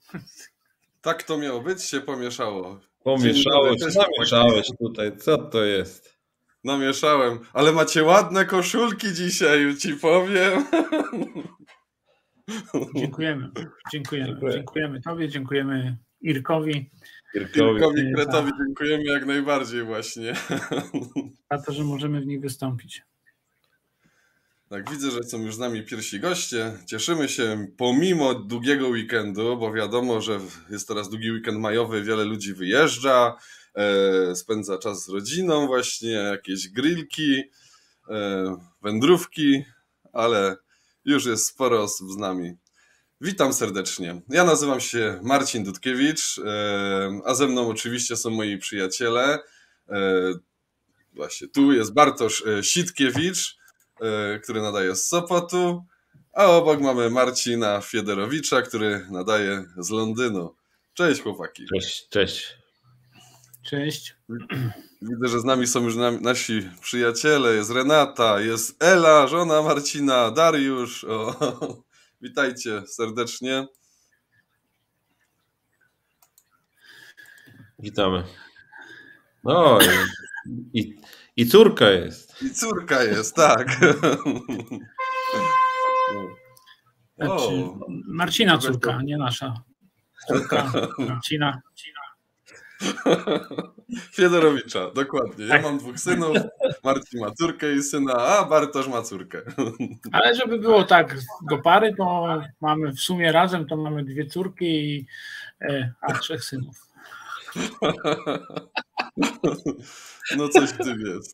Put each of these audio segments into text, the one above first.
Tak to miało być, się pomieszało. Pomieszałeś, namieszałeś tutaj, co to jest? Namieszałem, ale macie ładne koszulki dzisiaj, ci powiem. Dziękujemy Tobie, dziękujemy Irkowi. Irkowi Kretowi dziękujemy jak najbardziej właśnie. Za to, że możemy w nich wystąpić. Tak, widzę, że są już z nami pierwsi goście. Cieszymy się pomimo długiego weekendu, bo wiadomo, że jest teraz długi weekend majowy, wiele ludzi wyjeżdża, spędza czas z rodziną właśnie, jakieś grillki, wędrówki, ale już jest sporo osób z nami. Witam serdecznie. Ja nazywam się Marcin Dudkiewicz, a ze mną oczywiście są moi przyjaciele. Właśnie tu jest Bartosz Sitkiewicz, który nadaje z Sopotu, a obok mamy Marcina Fiederowicza, który nadaje z Londynu. Cześć chłopaki. Cześć. Widzę, że z nami są już nasi przyjaciele. Jest Renata, jest Ela, żona Marcina, Dariusz. Witajcie serdecznie. Witamy. No i córka jest. I córka jest, tak. Marcina córka, nie nasza. Córka Marcina. Fiedorowicza, dokładnie. Ja mam 2 synów, Marcin ma córkę i syna, a Bartosz ma córkę. Ale żeby było tak do pary, to mamy w sumie razem, to mamy 2 córki a 3 synów. No coś w tym jest.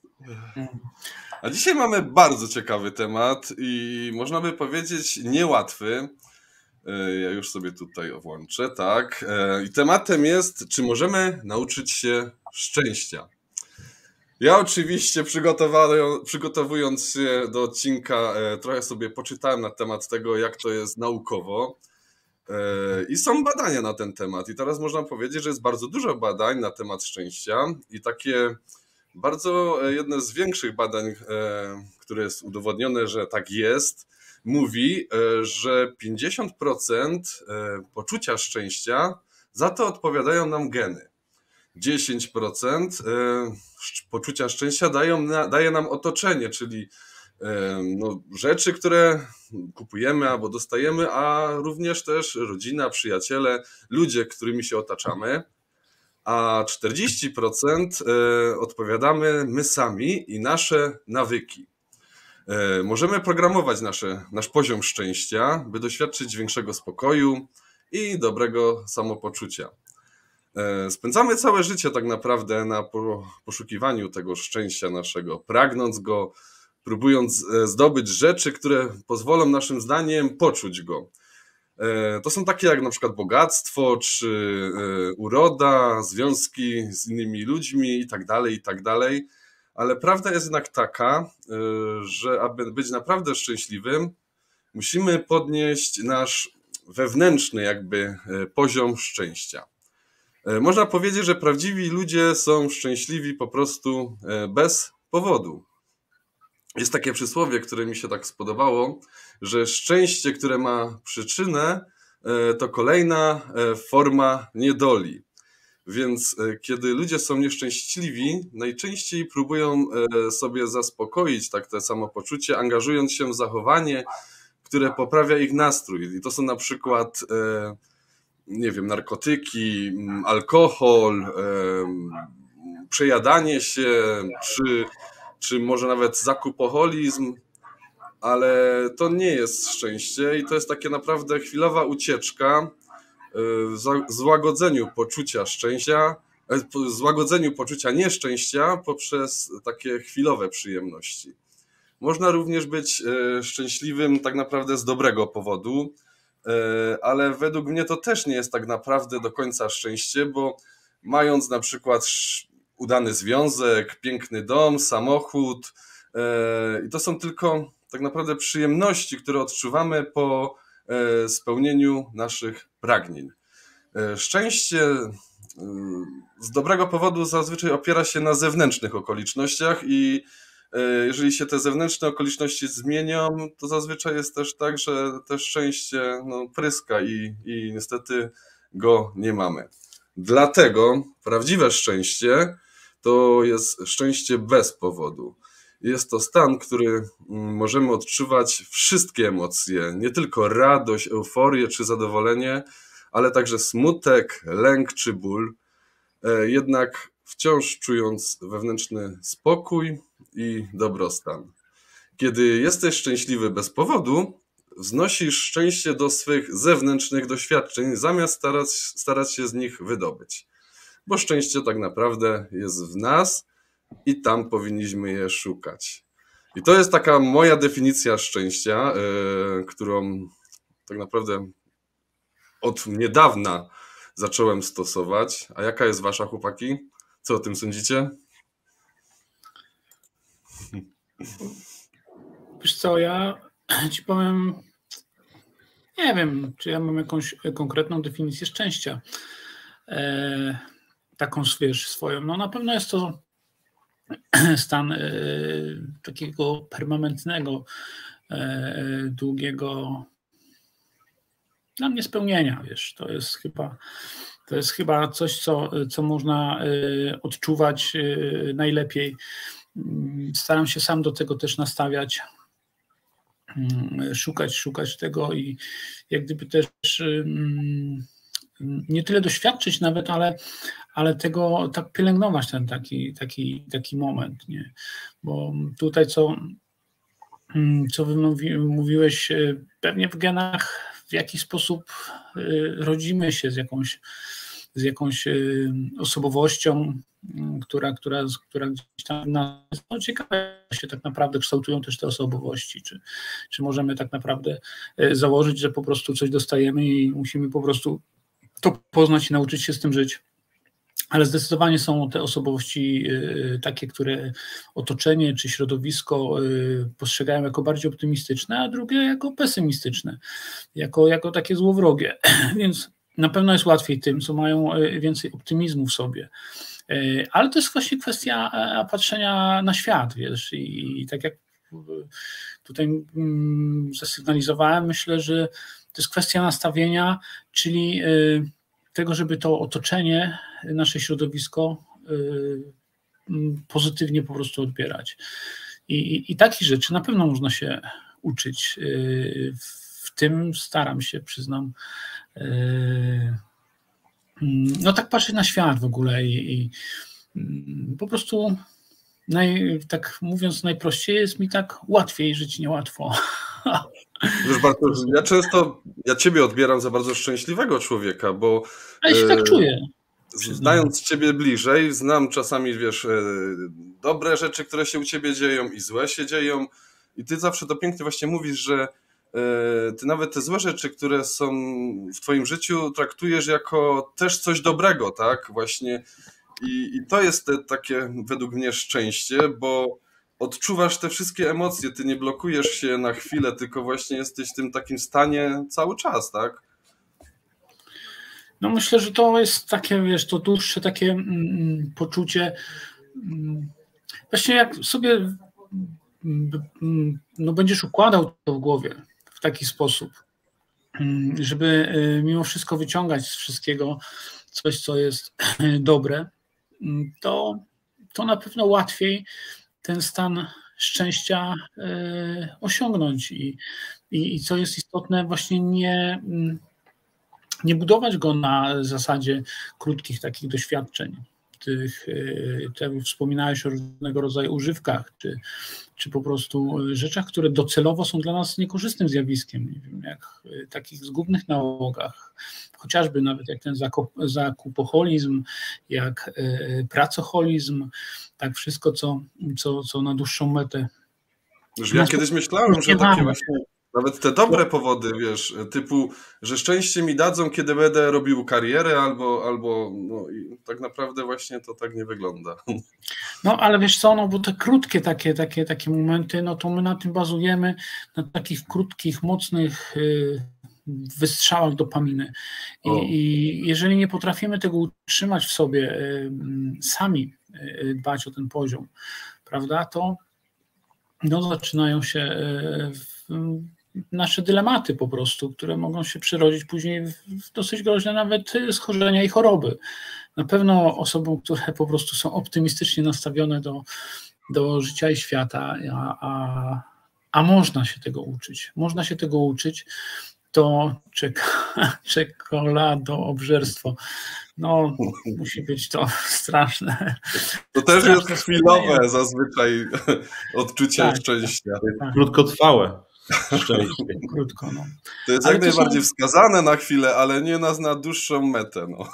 A dzisiaj mamy bardzo ciekawy temat i można by powiedzieć niełatwy. Ja już sobie tutaj włączę, tak. I tematem jest, czy możemy nauczyć się szczęścia. Ja oczywiście przygotowując się do odcinka trochę sobie poczytałem na temat tego, jak to jest naukowo. I są badania na ten temat. I teraz można powiedzieć, że jest bardzo dużo badań na temat szczęścia i takie bardzo jedno z większych badań, które jest udowodnione, że tak jest, mówi, że 50% poczucia szczęścia za to odpowiadają nam geny. 10% poczucia szczęścia daje nam otoczenie, czyli rzeczy, które kupujemy albo dostajemy, a również też rodzina, przyjaciele, ludzie, którymi się otaczamy. A 40% odpowiadamy my sami i nasze nawyki. Możemy programować nasz poziom szczęścia, by doświadczyć większego spokoju i dobrego samopoczucia. Spędzamy całe życie tak naprawdę na poszukiwaniu tego szczęścia naszego, pragnąc go, próbując zdobyć rzeczy, które pozwolą naszym zdaniem poczuć go. To są takie jak na przykład bogactwo, czy uroda, związki z innymi ludźmi i tak dalej. Ale prawda jest jednak taka, że aby być naprawdę szczęśliwym, musimy podnieść nasz wewnętrzny jakby poziom szczęścia. Można powiedzieć, że prawdziwi ludzie są szczęśliwi po prostu bez powodu. Jest takie przysłowie, które mi się tak spodobało, że szczęście, które ma przyczynę, to kolejna forma niedoli. Więc kiedy ludzie są nieszczęśliwi, najczęściej próbują sobie zaspokoić tak te samopoczucie, angażując się w zachowanie, które poprawia ich nastrój. I to są na przykład, nie wiem, narkotyki, alkohol, przejadanie się, czy może nawet zakupoholizm, ale to nie jest szczęście i to jest takie naprawdę chwilowa ucieczka w złagodzeniu poczucia szczęścia, złagodzeniu poczucia nieszczęścia poprzez takie chwilowe przyjemności. Można również być szczęśliwym tak naprawdę z dobrego powodu, ale według mnie to też nie jest tak naprawdę do końca szczęście, bo mając na przykład udany związek, piękny dom, samochód i to są tylko tak naprawdę przyjemności, które odczuwamy po spełnieniu naszych pragnień. Szczęście z dobrego powodu zazwyczaj opiera się na zewnętrznych okolicznościach i jeżeli się te zewnętrzne okoliczności zmienią, to zazwyczaj jest też tak, że to szczęście pryska i niestety go nie mamy. Dlatego prawdziwe szczęście to jest szczęście bez powodu. Jest to stan, który możemy odczuwać wszystkie emocje, nie tylko radość, euforię czy zadowolenie, ale także smutek, lęk czy ból, jednak wciąż czując wewnętrzny spokój i dobrostan. Kiedy jesteś szczęśliwy bez powodu, wznosisz szczęście do swych zewnętrznych doświadczeń, zamiast starać się z nich wydobyć. Bo szczęście tak naprawdę jest w nas i tam powinniśmy je szukać. I to jest taka moja definicja szczęścia, którą tak naprawdę od niedawna zacząłem stosować. A jaka jest wasza, chłopaki? Co o tym sądzicie? Wiesz co, ja ci powiem, nie wiem, czy ja mam jakąś konkretną definicję szczęścia. Taką, wiesz, swoją. No na pewno jest to stan takiego permanentnego, długiego dla mnie spełnienia, wiesz, to jest chyba coś, co można odczuwać najlepiej. Staram się sam do tego też nastawiać, szukać tego i jak gdyby też nie tyle doświadczyć nawet, ale tego tak pielęgnować ten taki moment, nie? Bo tutaj co mówiłeś, pewnie w genach w jakiś sposób rodzimy się z jakąś osobowością, która gdzieś tam nas, no ciekawe się tak naprawdę kształtują też te osobowości, czy możemy tak naprawdę założyć, że po prostu coś dostajemy i musimy po prostu to poznać i nauczyć się z tym żyć. Ale zdecydowanie są te osobowości takie, które otoczenie czy środowisko postrzegają jako bardziej optymistyczne, a drugie jako pesymistyczne, jako takie złowrogie. Więc na pewno jest łatwiej tym, co mają więcej optymizmu w sobie. Ale to jest właśnie kwestia patrzenia na świat, wiesz, i tak jak tutaj zasygnalizowałem, myślę, że to jest kwestia nastawienia, czyli tego, żeby to otoczenie, nasze środowisko pozytywnie po prostu odbierać. I takich rzeczy na pewno można się uczyć. W tym staram się, przyznam, no tak patrzeć na świat w ogóle i po prostu tak mówiąc najprościej jest mi tak łatwiej żyć niełatwo. Wiesz, Bartosz, ja ciebie odbieram za bardzo szczęśliwego człowieka, bo ja się tak czuję. Znając ciebie bliżej, znam czasami, wiesz, dobre rzeczy, które się u ciebie dzieją i złe się dzieją i ty zawsze to pięknie właśnie mówisz, że ty nawet te złe rzeczy, które są w twoim życiu, traktujesz jako też coś dobrego, tak? Właśnie i to jest takie według mnie szczęście, bo odczuwasz te wszystkie emocje, ty nie blokujesz się na chwilę, tylko właśnie jesteś w tym takim stanie cały czas, tak? No myślę, że to jest takie, wiesz, to dłuższe takie poczucie, właśnie jak sobie no, będziesz układał to w głowie w taki sposób, żeby mimo wszystko wyciągać z wszystkiego coś, co jest dobre, to na pewno łatwiej ten stan szczęścia osiągnąć i co jest istotne, właśnie nie budować go na zasadzie krótkich takich doświadczeń. Wspominałeś o różnego rodzaju używkach, czy po prostu rzeczach, które docelowo są dla nas niekorzystnym zjawiskiem, nie wiem, jak takich zgubnych nałogach, chociażby nawet jak ten zakupoholizm, jak pracoholizm, tak wszystko, co na dłuższą metę. Ja kiedyś myślałem, że takie właśnie, nawet te dobre powody, wiesz, typu, że szczęście mi dadzą, kiedy będę robił karierę, albo no i tak naprawdę właśnie to tak nie wygląda. No ale wiesz co, no bo te krótkie takie momenty, no to my na tym bazujemy, na takich krótkich, mocnych wystrzałach dopaminy. I jeżeli nie potrafimy tego utrzymać w sobie, sami dbać o ten poziom, prawda, to no, zaczynają się nasze dylematy po prostu, które mogą się przerodzić później w dosyć groźne nawet schorzenia i choroby. Na pewno osobom, które po prostu są optymistycznie nastawione do życia i świata, a można się tego uczyć. Można się tego uczyć. To czekoladoobżerstwo. No, musi być to straszne. To też jest chwilowe zazwyczaj odczucie szczęścia. Tak. Krótkotrwałe szczęście. Krótko, no. To jest jak najbardziej wskazane na chwilę, ale nie na dłuższą metę. No.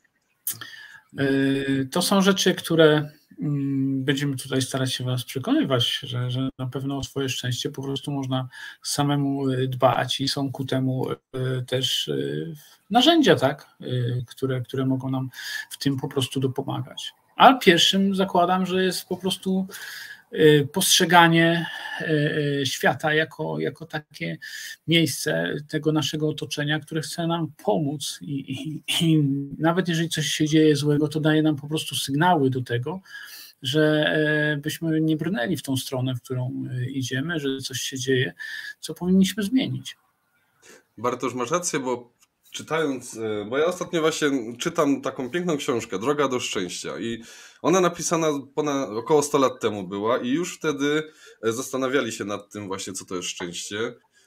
To są rzeczy, które będziemy tutaj starać się Was przekonywać, że na pewno o swoje szczęście po prostu można samemu dbać i są ku temu też narzędzia, tak, które mogą nam w tym po prostu dopomagać. A pierwszym zakładam, że jest po prostu postrzeganie świata jako takie miejsce tego naszego otoczenia, które chce nam pomóc i nawet jeżeli coś się dzieje złego, to daje nam po prostu sygnały do tego, że byśmy nie brnęli w tą stronę, w którą idziemy, że coś się dzieje, co powinniśmy zmienić. Bartosz, masz rację, bo czytając, bo ja ostatnio właśnie czytam taką piękną książkę, Droga do szczęścia, i ona napisana około 100 lat temu była i już wtedy zastanawiali się nad tym właśnie, co to jest szczęście.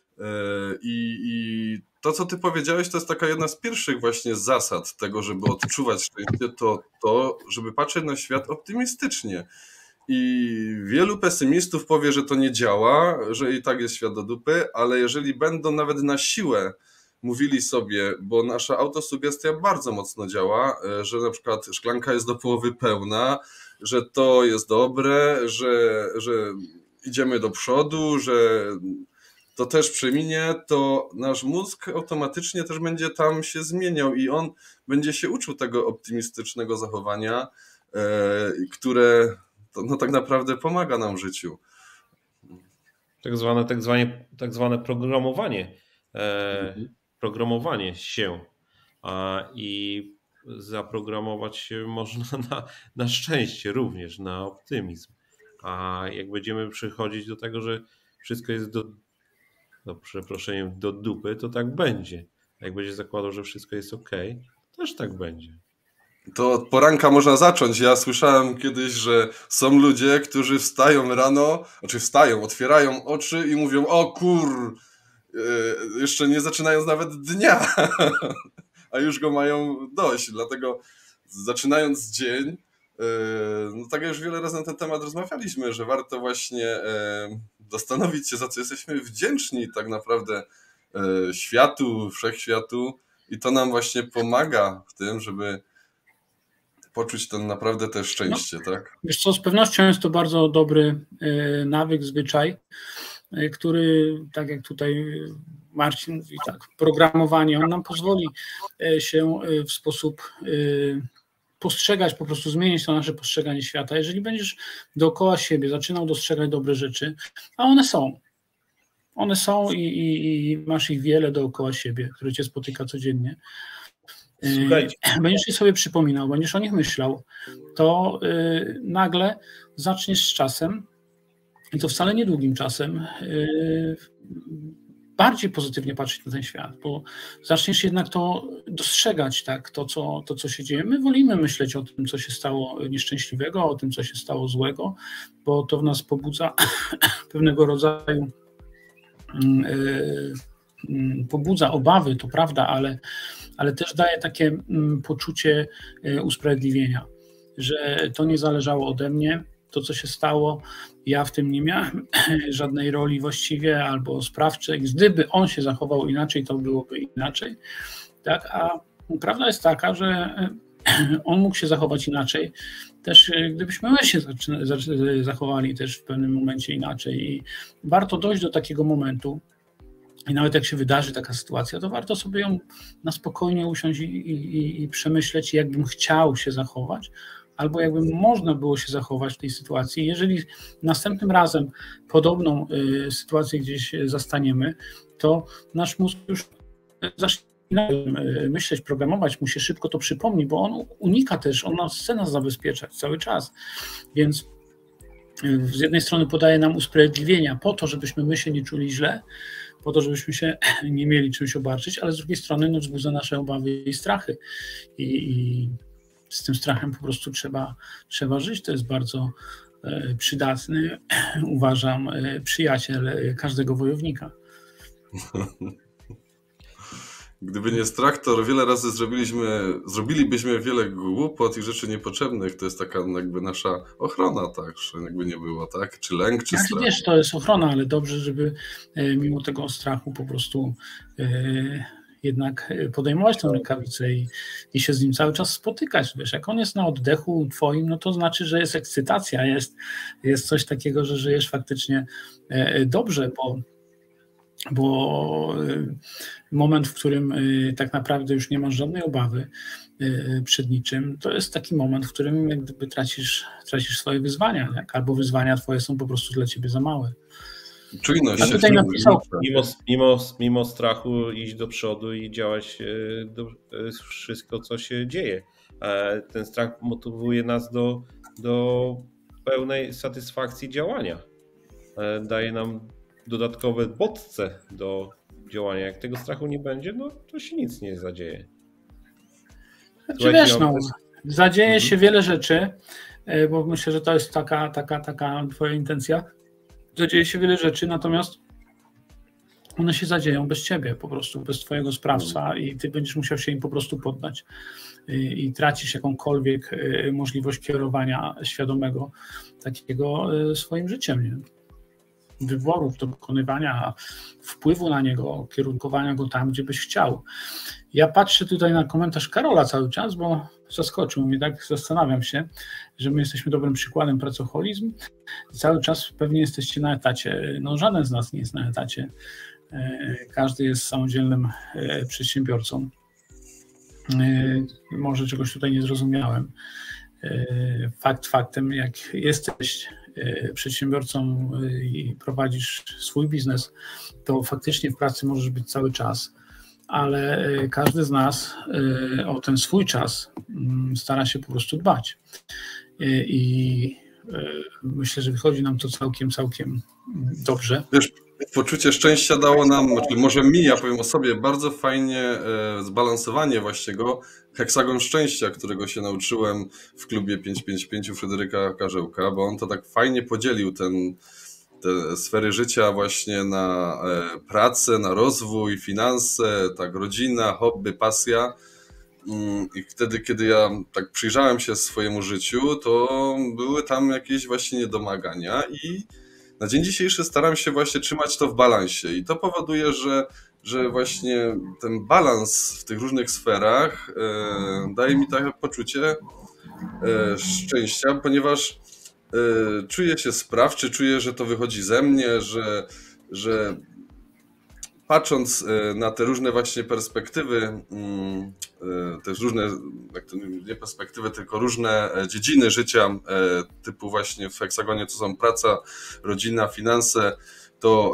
I to, co ty powiedziałeś, to jest taka jedna z pierwszych właśnie zasad tego, żeby odczuwać szczęście, to żeby patrzeć na świat optymistycznie. I wielu pesymistów powie, że to nie działa, że i tak jest świat do dupy, ale jeżeli będą nawet na siłę mówili sobie, bo nasza autosugestia bardzo mocno działa, że na przykład szklanka jest do połowy pełna, że to jest dobre, że idziemy do przodu, że to też przeminie, to nasz mózg automatycznie też będzie tam się zmieniał i on będzie się uczył tego optymistycznego zachowania, które no tak naprawdę pomaga nam w życiu. Tak zwane programowanie. Programowanie się i zaprogramować się można na szczęście również, na optymizm. A jak będziemy przychodzić do tego, że wszystko jest do dupy, to tak będzie. A jak będzie zakładał, że wszystko jest okej, też tak będzie. To od poranka można zacząć. Ja słyszałem kiedyś, że są ludzie, którzy wstają rano, otwierają oczy i mówią: o kur... jeszcze nie zaczynając nawet dnia, a już go mają dość, dlatego zaczynając dzień, no tak jak już wiele razy na ten temat rozmawialiśmy, że warto właśnie zastanowić się, za co jesteśmy wdzięczni tak naprawdę światu, wszechświatu, i to nam właśnie pomaga w tym, żeby poczuć ten naprawdę też szczęście, tak? Wiesz co, z pewnością jest to bardzo dobry nawyk, zwyczaj, który, tak jak tutaj Marcin mówi, tak, programowanie, on nam pozwoli się w sposób postrzegać, po prostu zmienić to nasze postrzeganie świata. Jeżeli będziesz dookoła siebie zaczynał dostrzegać dobre rzeczy, a one są i masz ich wiele dookoła siebie, które cię spotyka codziennie. Słuchajcie. Będziesz je sobie przypominał, będziesz o nich myślał, to nagle zaczniesz z czasem, i to wcale niedługim czasem, bardziej pozytywnie patrzeć na ten świat, bo zaczniesz jednak to dostrzegać, tak, to, co się dzieje. My wolimy myśleć o tym, co się stało nieszczęśliwego, o tym, co się stało złego, bo to w nas pobudza pewnego rodzaju obawy, to prawda, ale też daje takie poczucie usprawiedliwienia, że to nie zależało ode mnie, to co się stało, ja w tym nie miałem żadnej roli właściwie albo sprawczej. Gdyby on się zachował inaczej, to byłoby inaczej. Tak? A prawda jest taka, że on mógł się zachować inaczej, też gdybyśmy my się zachowali też w pewnym momencie inaczej. I warto dojść do takiego momentu, i nawet jak się wydarzy taka sytuacja, to warto sobie ją na spokojnie usiąść i przemyśleć, jakbym chciał się zachować, albo jakby można było się zachować w tej sytuacji. Jeżeli następnym razem podobną sytuację gdzieś zastaniemy, to nasz mózg już zacznie myśleć, programować, mu się szybko to przypomni, bo on unika też, on chce nas zabezpieczać cały czas. Więc z jednej strony podaje nam usprawiedliwienia po to, żebyśmy my się nie czuli źle, po to, żebyśmy się nie mieli czymś obarczyć, ale z drugiej strony no, wzbudza nasze obawy i strachy. I z tym strachem po prostu trzeba żyć. To jest bardzo przydatny, uważam, przyjaciel każdego wojownika. Gdyby nie strach, to wiele razy zrobilibyśmy wiele głupot i rzeczy niepotrzebnych. To jest taka jakby nasza ochrona, tak, że jakby nie było, tak? Czy lęk, czy strach. Wiesz, to jest ochrona, ale dobrze, żeby mimo tego strachu po prostu jednak podejmować tę rękawicę i się z nim cały czas spotykać. Wiesz, jak on jest na oddechu twoim, no to znaczy, że jest ekscytacja, jest coś takiego, że żyjesz faktycznie dobrze, bo moment, w którym tak naprawdę już nie masz żadnej obawy przed niczym, to jest taki moment, w którym jak gdyby tracisz swoje wyzwania, tak? Albo wyzwania twoje są po prostu dla ciebie za małe. Czujność. A tutaj napisał, mimo strachu iść do przodu i działać wszystko, co się dzieje. Ten strach motywuje nas do pełnej satysfakcji działania. Daje nam dodatkowe bodźce do działania. Jak tego strachu nie będzie, no to się nic nie zadzieje. Znaczy, wiesz, no, zadzieje się wiele rzeczy, bo myślę, że to jest taka twoja intencja. Zadzieje się wiele rzeczy, natomiast one się zadzieją bez ciebie, po prostu bez twojego sprawstwa i ty będziesz musiał się im po prostu poddać i tracisz jakąkolwiek możliwość kierowania świadomego takiego swoim życiem, nie? Wyborów, do wykonywania, wpływu na niego, kierunkowania go tam, gdzie byś chciał. Ja patrzę tutaj na komentarz Karola cały czas, bo zaskoczył mnie, tak zastanawiam się, że my jesteśmy dobrym przykładem pracoholizm. Cały czas pewnie jesteście na etacie. No żaden z nas nie jest na etacie. Każdy jest samodzielnym przedsiębiorcą. Może czegoś tutaj nie zrozumiałem. Fakt faktem, jak jesteś przedsiębiorcą i prowadzisz swój biznes, to faktycznie w pracy możesz być cały czas, ale każdy z nas o ten swój czas stara się po prostu dbać. I myślę, że wychodzi nam to całkiem dobrze. Wiesz, poczucie szczęścia dało nam, znaczy może mi, ja powiem o sobie, bardzo fajnie zbalansowanie właśnie go heksagon szczęścia, którego się nauczyłem w klubie 555 Fryderyka Karzełka, bo on to tak fajnie podzielił te sfery życia właśnie na pracę, na rozwój, finanse, tak rodzina, hobby, pasja. I wtedy, kiedy ja tak przyjrzałem się swojemu życiu, to były tam jakieś właśnie niedomagania i na dzień dzisiejszy staram się właśnie trzymać to w balansie i to powoduje, że właśnie ten balans w tych różnych sferach daje mi takie poczucie szczęścia, ponieważ czuję się sprawczy, czuję, że to wychodzi ze mnie, że patrząc na te różne właśnie perspektywy, też różne, nie perspektywy, tylko różne dziedziny życia, typu właśnie w heksagonie to są praca, rodzina, finanse, to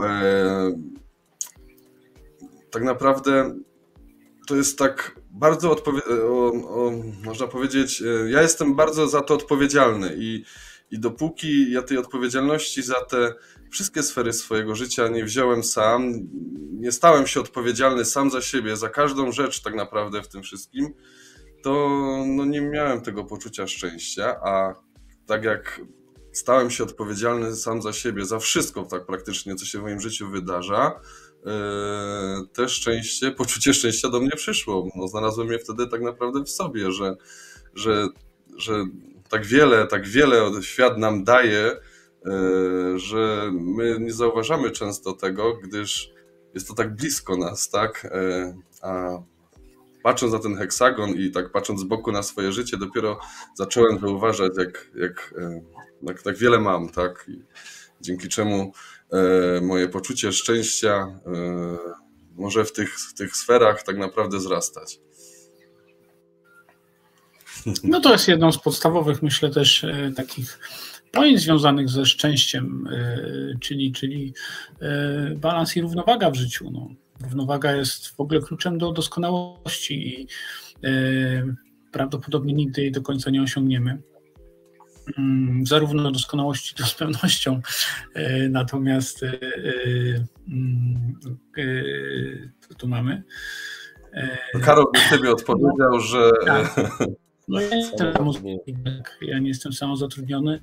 tak naprawdę to jest tak bardzo, można powiedzieć, ja jestem bardzo za to odpowiedzialny i dopóki ja tej odpowiedzialności za te wszystkie sfery swojego życia nie wziąłem sam, nie stałem się odpowiedzialny sam za siebie, za każdą rzecz tak naprawdę w tym wszystkim, to no nie miałem tego poczucia szczęścia, a tak jak stałem się odpowiedzialny sam za siebie, za wszystko tak praktycznie, co się w moim życiu wydarza, te szczęście, poczucie szczęścia do mnie przyszło. No, znalazłem je wtedy tak naprawdę w sobie, że tak wiele świat nam daje, że my nie zauważamy często tego, gdyż jest to tak blisko nas, tak? A patrząc na ten heksagon i tak patrząc z boku na swoje życie, dopiero zacząłem zauważać, jak tak wiele mam, tak? I dzięki czemu moje poczucie szczęścia może w tych sferach tak naprawdę wzrastać. No to jest jedną z podstawowych, myślę, też takich pojęć związanych ze szczęściem, czyli balans i równowaga w życiu. No. Równowaga jest w ogóle kluczem do doskonałości i prawdopodobnie nigdy jej do końca nie osiągniemy. zarówno doskonałości, to z pewnością, natomiast tu mamy. Karol by sobie odpowiedział, że... No ja nie jestem samozatrudniony.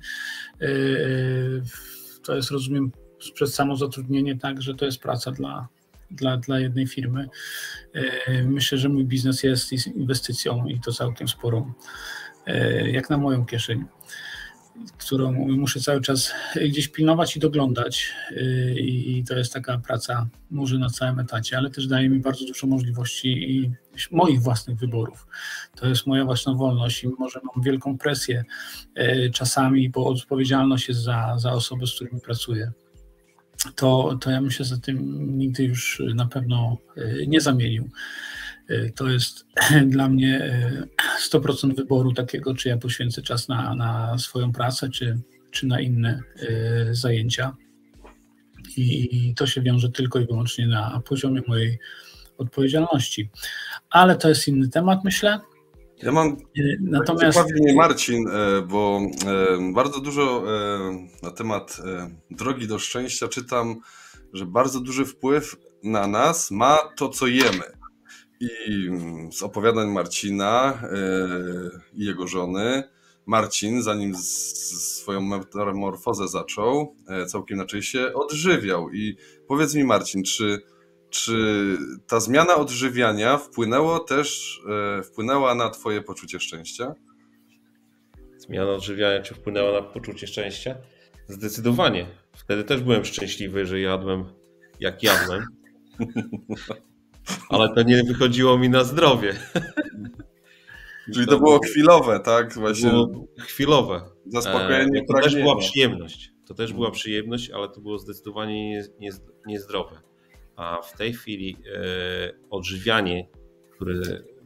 To jest, rozumiem, przez samozatrudnienie tak, że to jest praca dla jednej firmy. Myślę, że mój biznes jest inwestycją i to całkiem sporą, jak na moją kieszeń, którą muszę cały czas gdzieś pilnować i doglądać, i to jest taka praca może na całym etacie, ale też daje mi bardzo dużo możliwości i moich własnych wyborów. To jest moja własna wolność i może mam wielką presję czasami, bo odpowiedzialność jest za osoby, z którymi pracuję. To ja bym się za tym nigdy już na pewno nie zamienił. To jest dla mnie 100% wyboru takiego, czy ja poświęcę czas na swoją pracę, czy na inne zajęcia. I to się wiąże tylko i wyłącznie na poziomie mojej odpowiedzialności. Ale to jest inny temat, myślę. Ja mam ciekawie mnie Marcin, bo bardzo dużo na temat drogi do szczęścia czytam, że bardzo duży wpływ na nas ma to, co jemy. I z opowiadań Marcina i jego żony, Marcin, zanim swoją metamorfozę zaczął, całkiem inaczej się odżywiał. I powiedz mi, Marcin, czy ta zmiana odżywiania wpłynęła na twoje poczucie szczęścia? Zmiana odżywiania czy wpłynęła na poczucie szczęścia? Zdecydowanie. Wtedy też byłem szczęśliwy, że jadłem jak jadłem. Ale to nie wychodziło mi na zdrowie. Czyli to było chwilowe, tak? Właśnie było chwilowe. Zaspokojenie to też była przyjemność. To też była przyjemność, ale to było zdecydowanie niezdrowe. A w tej chwili odżywianie, które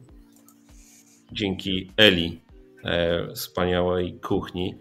dzięki Eli, wspaniałej kuchni,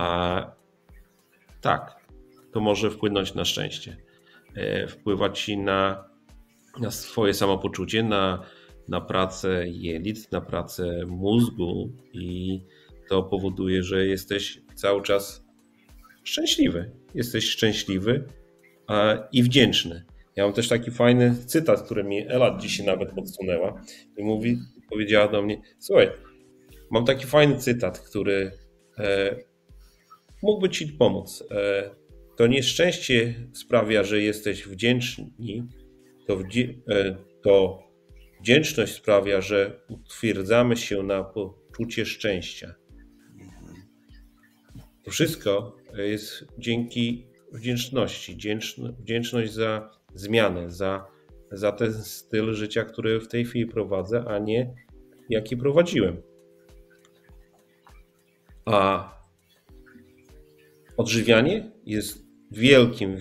tak, to może wpłynąć na szczęście. Wpływać ci na swoje samopoczucie, na pracę jelit, na pracę mózgu i to powoduje, że jesteś cały czas szczęśliwy. Jesteś szczęśliwy i wdzięczny. Ja mam też taki fajny cytat, który mi Ela dzisiaj nawet podsunęła i powiedziała do mnie: słuchaj, mam taki fajny cytat, który mógłby ci pomóc. To nieszczęście sprawia, że jesteś wdzięczni, to wdzięczność sprawia, że utwierdzamy się na poczucie szczęścia. To wszystko jest dzięki wdzięczności. Wdzięczność za zmianę, za ten styl życia, który w tej chwili prowadzę, a nie jaki prowadziłem. A odżywianie jest wielkim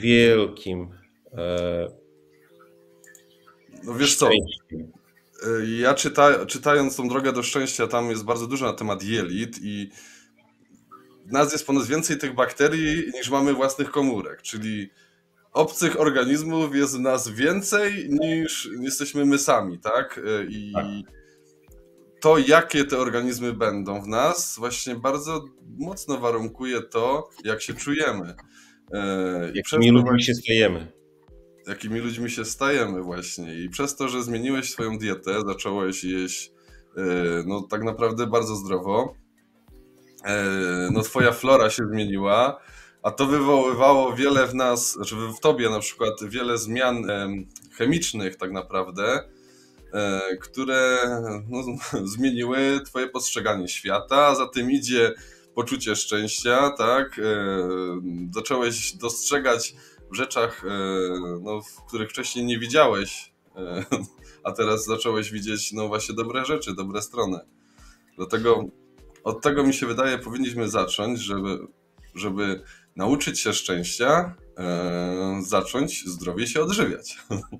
no wiesz co, ja czytając tą drogę do szczęścia, tam jest bardzo dużo na temat jelit i w nas jest ponoć więcej tych bakterii niż mamy własnych komórek, czyli obcych organizmów jest w nas więcej niż jesteśmy my sami, tak? I to, jakie te organizmy będą w nas, właśnie bardzo mocno warunkuje to, jak się czujemy. Jakimi ludźmi się stajemy. Jakimi ludźmi się stajemy właśnie. I przez to, że zmieniłeś swoją dietę, zacząłeś jeść no tak naprawdę bardzo zdrowo, no twoja flora się zmieniła, a to wywoływało wiele w nas, znaczy w tobie na przykład wiele zmian chemicznych tak naprawdę, które no, zmieniły twoje postrzeganie świata, a za tym idzie poczucie szczęścia, tak? Zacząłeś dostrzegać w rzeczach, no, w których wcześniej nie widziałeś, a teraz zacząłeś widzieć no właśnie dobre rzeczy, dobre strony. Dlatego od tego mi się wydaje powinniśmy zacząć, żeby nauczyć się szczęścia, zacząć zdrowie się odżywiać.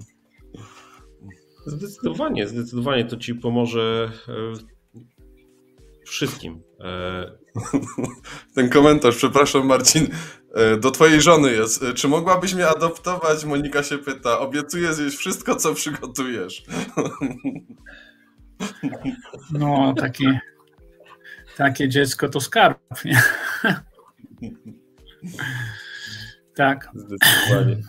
Zdecydowanie to ci pomoże wszystkim. Ten komentarz, przepraszam Marcin, do twojej żony jest. Czy mogłabyś mnie adoptować? Monika się pyta. Obiecuję zjeść wszystko, co przygotujesz. No, takie dziecko to skarb, nie? Tak. Zdecydowanie.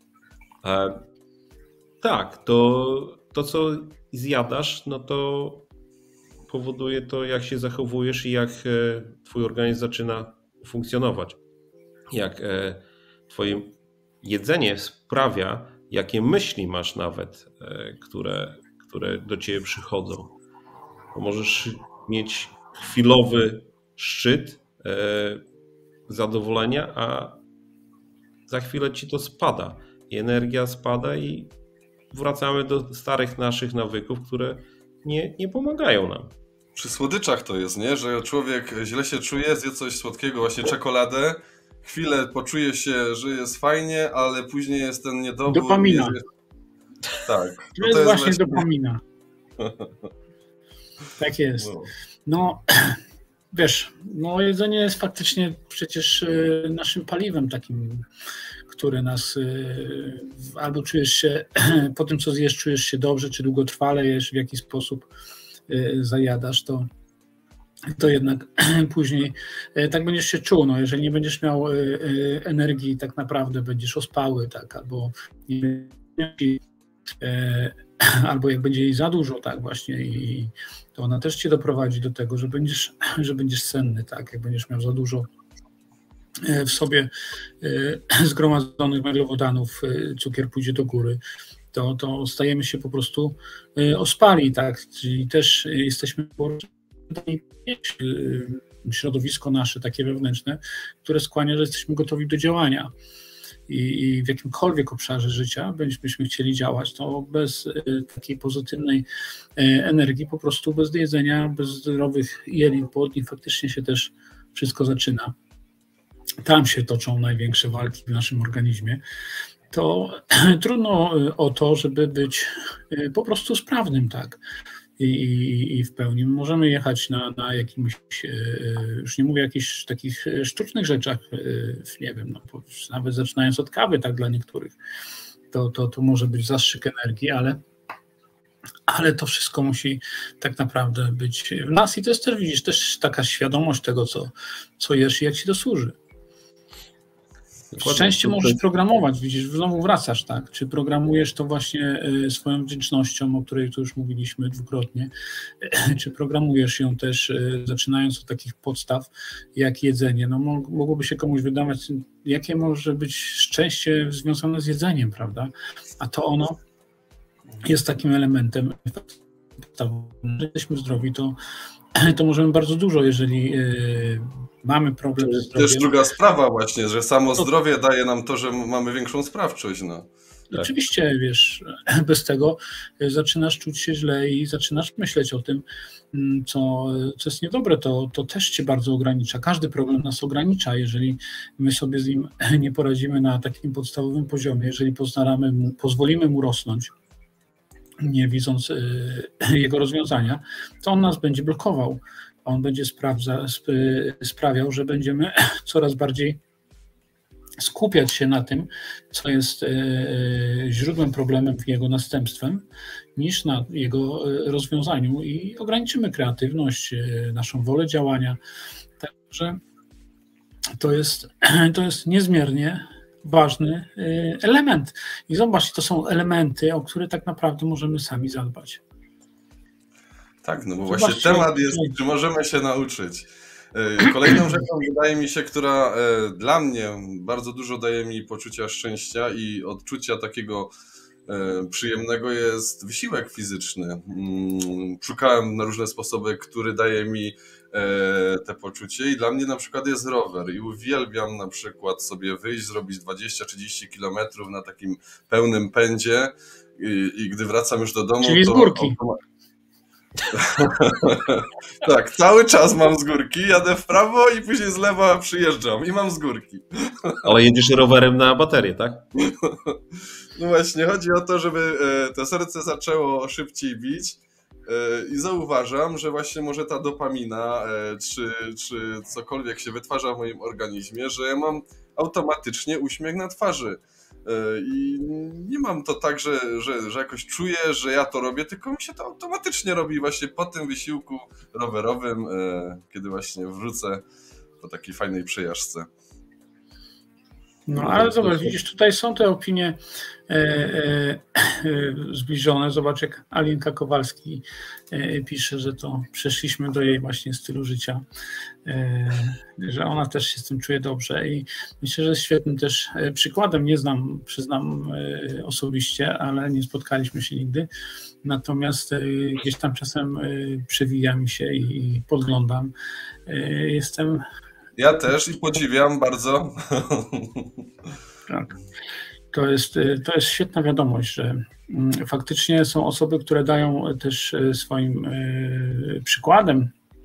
Tak, to co zjadasz, no to powoduje to, jak się zachowujesz i jak twój organizm zaczyna funkcjonować. Jak twoje jedzenie sprawia, jakie myśli masz nawet, które do ciebie przychodzą. Bo możesz mieć chwilowy szczyt zadowolenia, a za chwilę ci to spada. I energia spada i wracamy do starych naszych nawyków, które nie pomagają nam. Przy słodyczach to jest, nie? Że człowiek źle się czuje, zje coś słodkiego, właśnie czekoladę, chwilę poczuje się, że jest fajnie, ale później jest ten niedobór. Dopamina. Tak. To jest właśnie dopamina. Tak jest. No, wiesz, no jedzenie jest faktycznie przecież naszym paliwem takim, które nas albo czujesz się, po tym co zjesz, czujesz się dobrze, czy długotrwale jesz, w jaki sposób zajadasz, to jednak później tak będziesz się czuł. No, jeżeli nie będziesz miał energii, tak naprawdę będziesz ospały, tak, albo jak będzie jej za dużo, tak właśnie, i to ona też cię doprowadzi do tego, że będziesz senny, tak, jak będziesz miał za dużo w sobie zgromadzonych węglowodanów, cukier pójdzie do góry, to stajemy się po prostu ospali, tak, czyli też jesteśmy środowisko nasze takie wewnętrzne, które skłania, że jesteśmy gotowi do działania i w jakimkolwiek obszarze życia byśmy chcieli działać, to bez takiej pozytywnej energii, po prostu bez jedzenia, bez zdrowych jelin płodnych faktycznie się też wszystko zaczyna. Tam się toczą największe walki w naszym organizmie. To trudno o to, żeby być po prostu sprawnym, tak. I w pełni możemy jechać na jakimś, już nie mówię o jakichś takich sztucznych rzeczach, nie wiem, no, nawet zaczynając od kawy, tak, dla niektórych, to może być zastrzyk energii, ale to wszystko musi tak naprawdę być w nas i to jest też, widzisz, też taka świadomość tego, co jesz i jak ci to służy. Szczęście możesz programować, widzisz, znowu wracasz, tak? Czy programujesz to właśnie swoją wdzięcznością, o której tu już mówiliśmy dwukrotnie, czy programujesz ją też zaczynając od takich podstaw jak jedzenie. No mogłoby się komuś wydawać, jakie może być szczęście związane z jedzeniem, prawda? A to ono jest takim elementem, że jesteśmy zdrowi, to możemy bardzo dużo, jeżeli mamy problem ze zdrowiem. Też druga sprawa właśnie, że samo zdrowie daje nam to, że mamy większą sprawczość. No. Oczywiście, wiesz, bez tego zaczynasz czuć się źle i zaczynasz myśleć o tym, co jest niedobre, to też cię bardzo ogranicza. Każdy problem nas ogranicza, jeżeli my sobie z nim nie poradzimy na takim podstawowym poziomie, jeżeli pozwolimy mu rosnąć, nie widząc jego rozwiązania, to on nas będzie blokował. On będzie sprawiał, że będziemy coraz bardziej skupiać się na tym, co jest źródłem problemem i jego następstwem, niż na jego rozwiązaniu i ograniczymy kreatywność, naszą wolę działania. Także to jest niezmiernie ważny element. I zobacz, to są elementy, o które tak naprawdę możemy sami zadbać. Tak, no bo właśnie temat jest, czy możemy się nauczyć. Kolejną rzeczą, wydaje mi się, która dla mnie bardzo dużo daje mi poczucia szczęścia i odczucia takiego przyjemnego, jest wysiłek fizyczny. Szukałem na różne sposoby, który daje mi te poczucie i dla mnie na przykład jest rower i uwielbiam na przykład sobie wyjść, zrobić 20-30 kilometrów na takim pełnym pędzie i gdy wracam już do domu, czyli z górki. Tak, cały czas mam z górki, jadę w prawo i później z lewa przyjeżdżam i mam z górki. Ale jedziesz rowerem na baterię, tak? No właśnie, chodzi o to, żeby to serce zaczęło szybciej bić i zauważam, że właśnie może ta dopamina czy cokolwiek się wytwarza w moim organizmie, że ja mam automatycznie uśmiech na twarzy. I nie mam to tak, że jakoś czuję, że ja to robię, tylko mi się to automatycznie robi właśnie po tym wysiłku rowerowym, kiedy właśnie wrócę po takiej fajnej przejażdżce. No ale zobacz, widzisz, tutaj są te opinie zbliżone. Zobacz, jak Alinka Kowalski pisze, że to przeszliśmy do jej właśnie stylu życia, że ona też się z tym czuje dobrze i myślę, że jest świetnym też przykładem. Nie znam, przyznam osobiście, ale nie spotkaliśmy się nigdy. Natomiast gdzieś tam czasem przewija mi się i podglądam. Jestem... Ja też i podziwiam bardzo. Tak. To jest świetna wiadomość, że faktycznie są osoby, które dają też swoim przykładem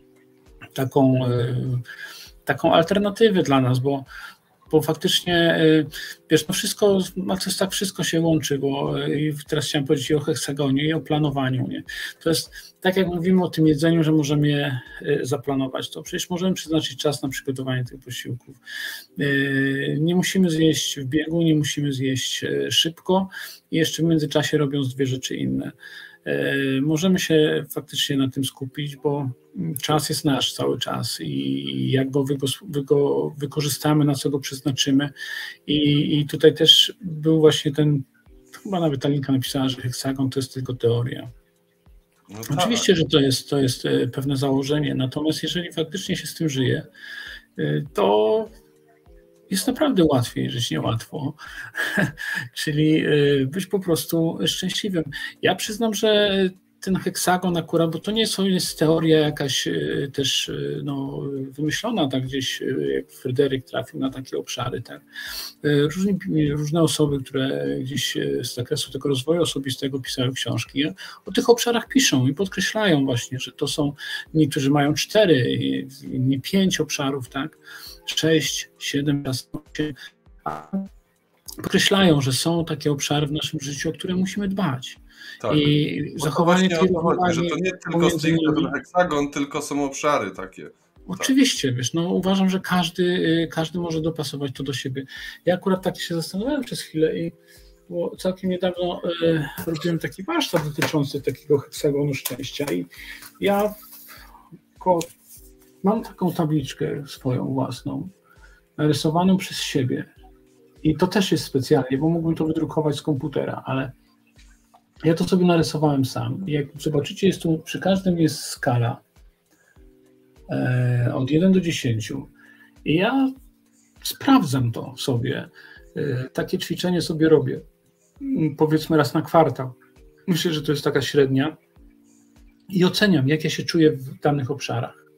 taką alternatywę dla nas, bo faktycznie, wiesz, no wszystko, to jest tak, wszystko się łączy, bo teraz chciałem powiedzieć i o heksagonie, i o planowaniu, nie? To jest tak, jak mówimy o tym jedzeniu, że możemy je zaplanować, to przecież możemy przeznaczyć czas na przygotowanie tych posiłków. Nie musimy zjeść w biegu, nie musimy zjeść szybko i jeszcze w międzyczasie robiąc dwie rzeczy inne. Możemy się faktycznie na tym skupić, bo czas jest nasz cały czas i jak go wykorzystamy, na co go przeznaczymy. I tutaj też był właśnie chyba nawet Alinka napisała, że heksagon to jest tylko teoria. No tak. Oczywiście, że to jest pewne założenie, natomiast jeżeli faktycznie się z tym żyje, to jest naprawdę łatwiej żyć niełatwo, czyli być po prostu szczęśliwym. Ja przyznam, że ten heksagon akurat, bo to nie jest teoria jakaś też wymyślona, tak gdzieś jak Fryderyk trafił na takie obszary, tak. Różne osoby, które gdzieś z zakresu tego rozwoju osobistego pisały książki, o tych obszarach piszą i podkreślają właśnie, że to są, niektórzy mają 4, nie 5 obszarów, tak, 6, 7, 8, podkreślają, że są takie obszary w naszym życiu, o które musimy dbać. Tak. I zachowanie tej równowagi, że to nie tylko stricte ten heksagon, tylko są obszary takie. Oczywiście, wiesz, no uważam, że każdy może dopasować to do siebie. Ja akurat tak się zastanawiałem przez chwilę bo całkiem niedawno robiłem taki warsztat dotyczący takiego heksagonu szczęścia i ja mam taką tabliczkę swoją własną, narysowaną przez siebie i to też jest specjalnie, bo mógłbym to wydrukować z komputera, ale ja to sobie narysowałem sam. Jak zobaczycie, przy każdym jest skala od 1 do 10 i ja sprawdzam to sobie. Takie ćwiczenie sobie robię, powiedzmy raz na kwartał. Myślę, że to jest taka średnia i oceniam, jak ja się czuję w danych obszarach.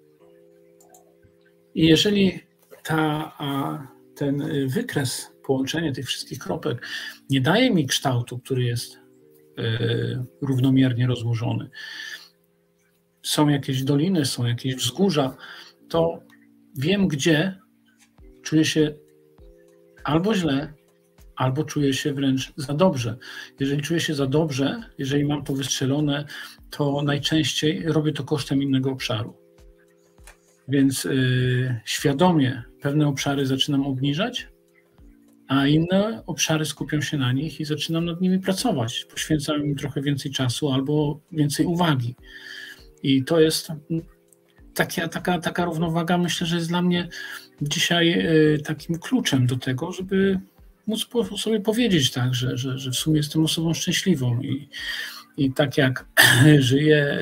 I jeżeli ten wykres, połączenie tych wszystkich kropek nie daje mi kształtu, który jest równomiernie rozłożony, są jakieś doliny, są jakieś wzgórza, to wiem, gdzie czuję się albo źle, albo czuję się wręcz za dobrze. Jeżeli czuję się za dobrze, jeżeli mam to wystrzelone, to najczęściej robię to kosztem innego obszaru. Więc świadomie pewne obszary zaczynam obniżać, a inne obszary skupiam się na nich i zaczynam nad nimi pracować. Poświęcam im trochę więcej czasu albo więcej uwagi. I to jest taka równowaga, myślę, że jest dla mnie dzisiaj takim kluczem do tego, żeby móc sobie powiedzieć tak, że w sumie jestem osobą szczęśliwą i tak jak żyję,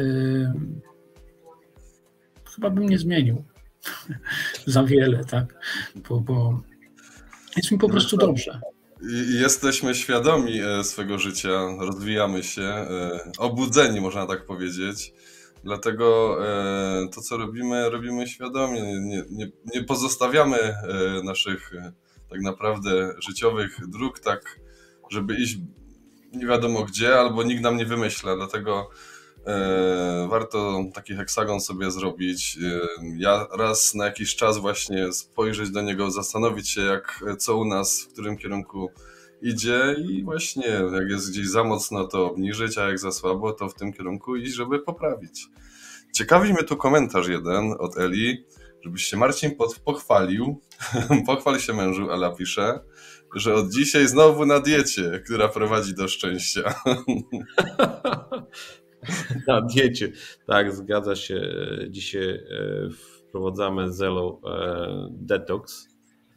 chyba bym nie zmienił za wiele, tak, bo jest mi po prostu dobrze. Jesteśmy świadomi swego życia, rozwijamy się, obudzeni, można tak powiedzieć. Dlatego to, co robimy świadomie. Nie pozostawiamy naszych tak naprawdę życiowych dróg tak, żeby iść nie wiadomo gdzie, albo nikt nam nie wymyśla. Dlatego warto taki heksagon sobie zrobić. Ja raz na jakiś czas właśnie spojrzeć do niego, zastanowić się, co u nas, w którym kierunku idzie i właśnie jak jest gdzieś za mocno, to obniżyć, a jak za słabo, to w tym kierunku iść, żeby poprawić. Ciekawi mnie tu komentarz jeden od Eli, żebyś się Marcin pochwalił. Pochwal się mężu, Ela pisze, że od dzisiaj znowu na diecie, która prowadzi do szczęścia. Na diecie. Tak, zgadza się. Dzisiaj wprowadzamy Zelo Detox.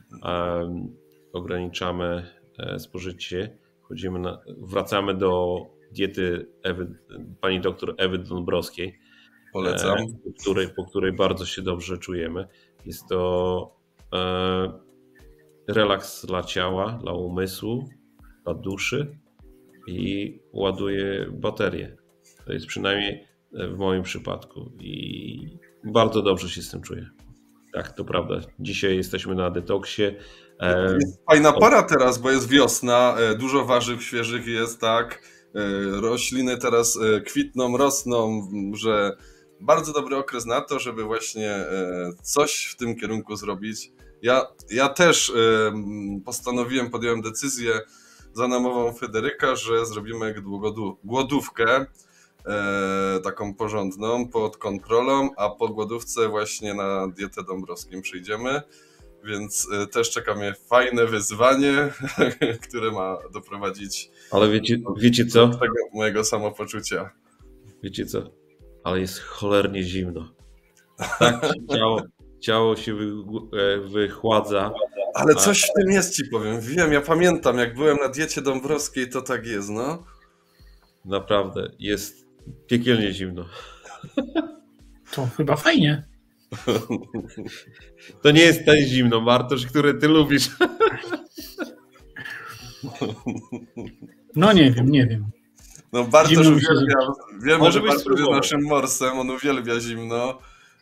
Ograniczamy spożycie. Wracamy do diety pani doktor Ewy Dąbrowskiej. Polecam. Po której bardzo się dobrze czujemy. Jest to relaks dla ciała, dla umysłu, dla duszy i ładuje baterię. To jest przynajmniej w moim przypadku i bardzo dobrze się z tym czuję. Tak, to prawda. Dzisiaj jesteśmy na detoksie. Jest fajna pora teraz, bo jest wiosna, dużo warzyw świeżych jest, tak. Rośliny teraz kwitną, rosną, że bardzo dobry okres na to, żeby właśnie coś w tym kierunku zrobić. Ja też podjąłem decyzję za namową Federyka, że zrobimy głodówkę taką porządną, pod kontrolą, a po głodówce właśnie na dietę Dąbrowską przyjdziemy, więc też czeka mnie fajne wyzwanie, które ma doprowadzić ale wiecie co? do tego mojego samopoczucia. Wiecie co? Ale jest cholernie zimno. Tak, ciało się wychładza. Ale coś w tym jest, ci powiem. Wiem, ja pamiętam, jak byłem na diecie Dąbrowskiej, to tak jest, no. Naprawdę, jest piekielnie zimno. To chyba fajnie. To nie jest ten zimno, Bartosz, który ty lubisz. No nie wiem. No Bartosz uwielbia, wiemy, Może że byś Bartosz jest spróbował. naszym morsem, on uwielbia zimno.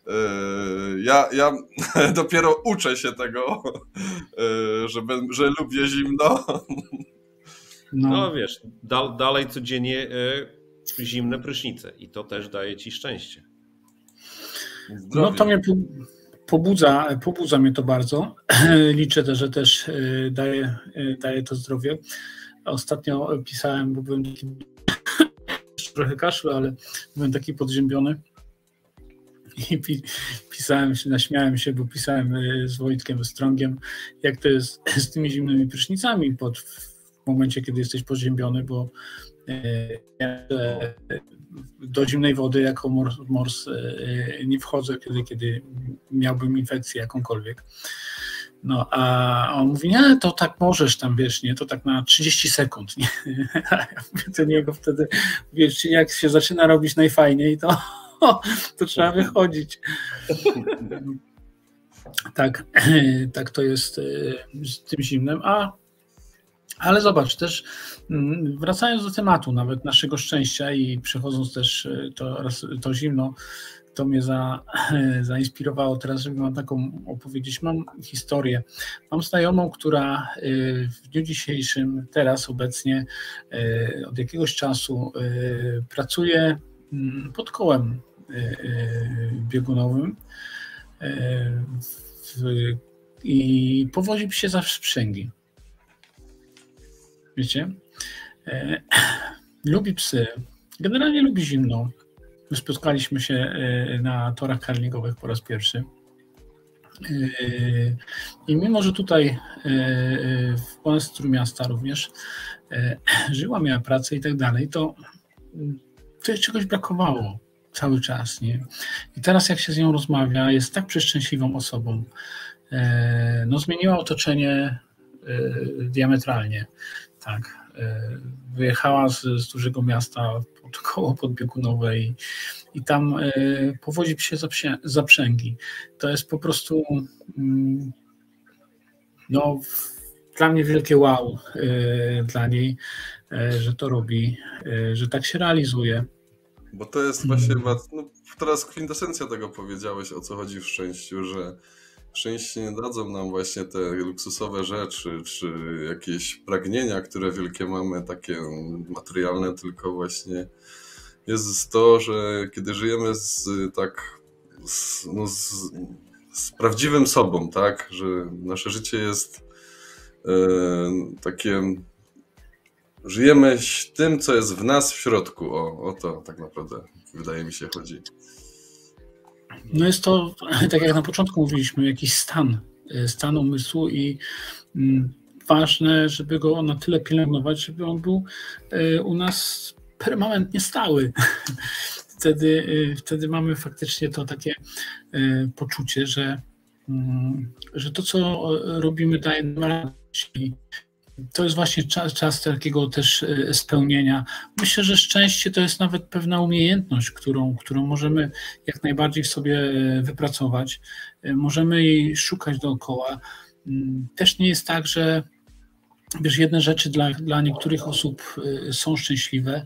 Ja dopiero uczę się tego, że lubię zimno. No wiesz, dalej codziennie zimne prysznice i to też daje ci szczęście. No to mnie pobudza mnie to bardzo. Liczę też, że też daje to zdrowie. Ostatnio pisałem, bo byłem taki trochę kaszlu, ale byłem taki podziębiony i pisałem się, naśmiałem się, bo pisałem z Wojtkiem Strągiem, jak to jest z tymi zimnymi prysznicami w momencie, kiedy jesteś poziębiony, bo do zimnej wody jako mors nie wchodzę, kiedy miałbym infekcję jakąkolwiek. No, a on mówi, nie, to tak możesz tam, wiesz, nie, to tak na 30 sekund, nie? A ja mówię do niego wtedy, wiesz, jak się zaczyna robić najfajniej, to trzeba wychodzić. Tak to jest z tym zimnem, ale zobacz, też wracając do tematu nawet naszego szczęścia i przechodząc też to zimno, to mnie zainspirowało teraz, żeby mam taką opowiedzieć. Mam historię. Mam znajomą, która w dniu dzisiejszym, teraz obecnie, od jakiegoś czasu pracuje pod kołem biegunowym i powozi się za sprzęgi. Wiecie? Lubi psy. Generalnie lubi zimno. My spotkaliśmy się na torach karlingowych po raz pierwszy. I mimo, że tutaj w ponad miasta również żyła, miała pracę i tak dalej, to czegoś brakowało cały czas. Nie? I teraz jak się z nią rozmawia, jest tak przeszczęśliwą osobą. No, zmieniła otoczenie diametralnie. Tak. Wyjechała z dużego miasta pod koło podbiegunowe i tam powozi się zaprzęgi. To jest po prostu no, dla mnie wielkie wow dla niej, że to robi, że tak się realizuje. Bo to jest właśnie teraz kwintesencja tego powiedziałeś, o co chodzi w szczęściu, że szczęście nie dadzą nam właśnie te luksusowe rzeczy, czy jakieś pragnienia, które wielkie mamy, takie materialne, tylko właśnie jest to, że kiedy żyjemy z prawdziwym sobą, tak, że nasze życie jest takie, żyjemy tym, co jest w nas w środku, o to tak naprawdę wydaje mi się chodzi. No jest to, tak jak na początku mówiliśmy, jakiś stan umysłu i ważne, żeby go na tyle pielęgnować, żeby on był u nas permanentnie stały. Wtedy mamy faktycznie to takie poczucie, że to, co robimy, daje nam radość. To jest właśnie czas takiego też spełnienia. Myślę, że szczęście to jest nawet pewna umiejętność, którą możemy jak najbardziej w sobie wypracować. Możemy jej szukać dookoła. Też nie jest tak, że wiesz, jedne rzeczy dla niektórych osób są szczęśliwe,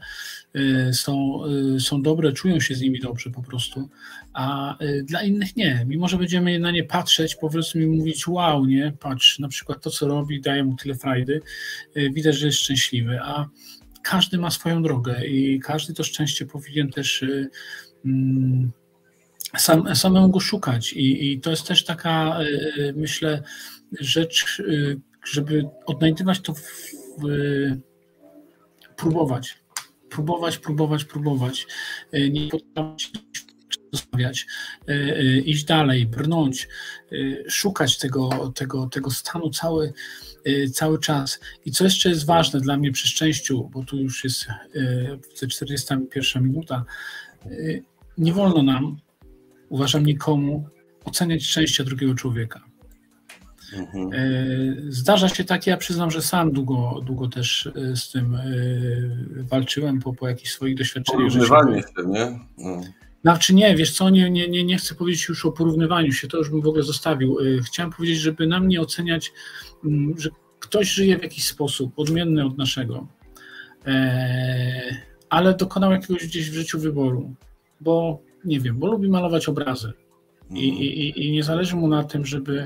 są dobre, czują się z nimi dobrze po prostu, a dla innych nie. Mimo że będziemy na nie patrzeć, powiedzmy i mówić wow, nie, patrz, na przykład to, co robi, daje mu tyle frajdy, widać, że jest szczęśliwy, a każdy ma swoją drogę i każdy to szczęście powinien też samemu go szukać i to jest też taka, myślę, rzecz, żeby odnajdywać to, próbować, nie zostawiać, iść dalej, brnąć, szukać tego stanu cały czas. I co jeszcze jest ważne dla mnie przy szczęściu, bo tu już jest 41 minuta, nie wolno nam, uważam, nikomu oceniać szczęścia drugiego człowieka. Zdarza się tak, ja przyznam, że sam długo też z tym walczyłem po jakichś swoich doświadczeniach. Porównywanie się, nie? No. Znaczy nie, wiesz co, nie chcę powiedzieć już o porównywaniu się, to już bym w ogóle zostawił. Chciałem powiedzieć, żeby nam nie oceniać, że ktoś żyje w jakiś sposób odmienny od naszego, ale dokonał jakiegoś gdzieś w życiu wyboru, bo nie wiem, bo lubi malować obrazy i nie zależy mu na tym, żeby